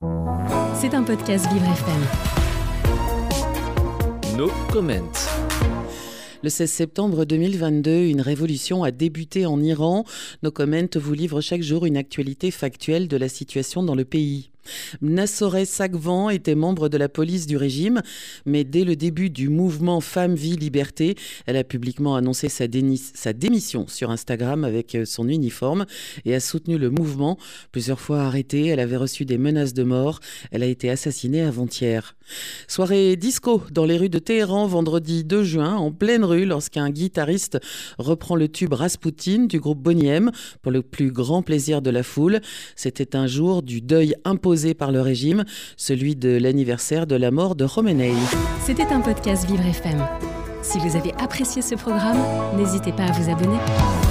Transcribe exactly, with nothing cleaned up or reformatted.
C'est un podcast Vivre F M. No comment. Le seize septembre deux mille vingt-deux, une révolution a débuté en Iran. No comment vous livre chaque jour une actualité factuelle de la situation dans le pays. Nassoreh Saghvan était membre de la police du régime, mais dès le début du mouvement Femmes, Vie, Liberté, elle a publiquement annoncé sa, déni- sa démission sur Instagram avec son uniforme et a soutenu le mouvement. Plusieurs fois arrêtée, elle avait reçu des menaces de mort. Elle a été assassinée avant-hier. Soirée disco dans les rues de Téhéran vendredi deux juin, en pleine rue, lorsqu'un guitariste reprend le tube Rasputin du groupe Boney M pour le plus grand plaisir de la foule. C'était un jour du deuil imposé par le régime, celui de l'anniversaire de la mort de Khomeini. C'était un podcast Vivre F M. Si vous avez apprécié ce programme, n'hésitez pas à vous abonner.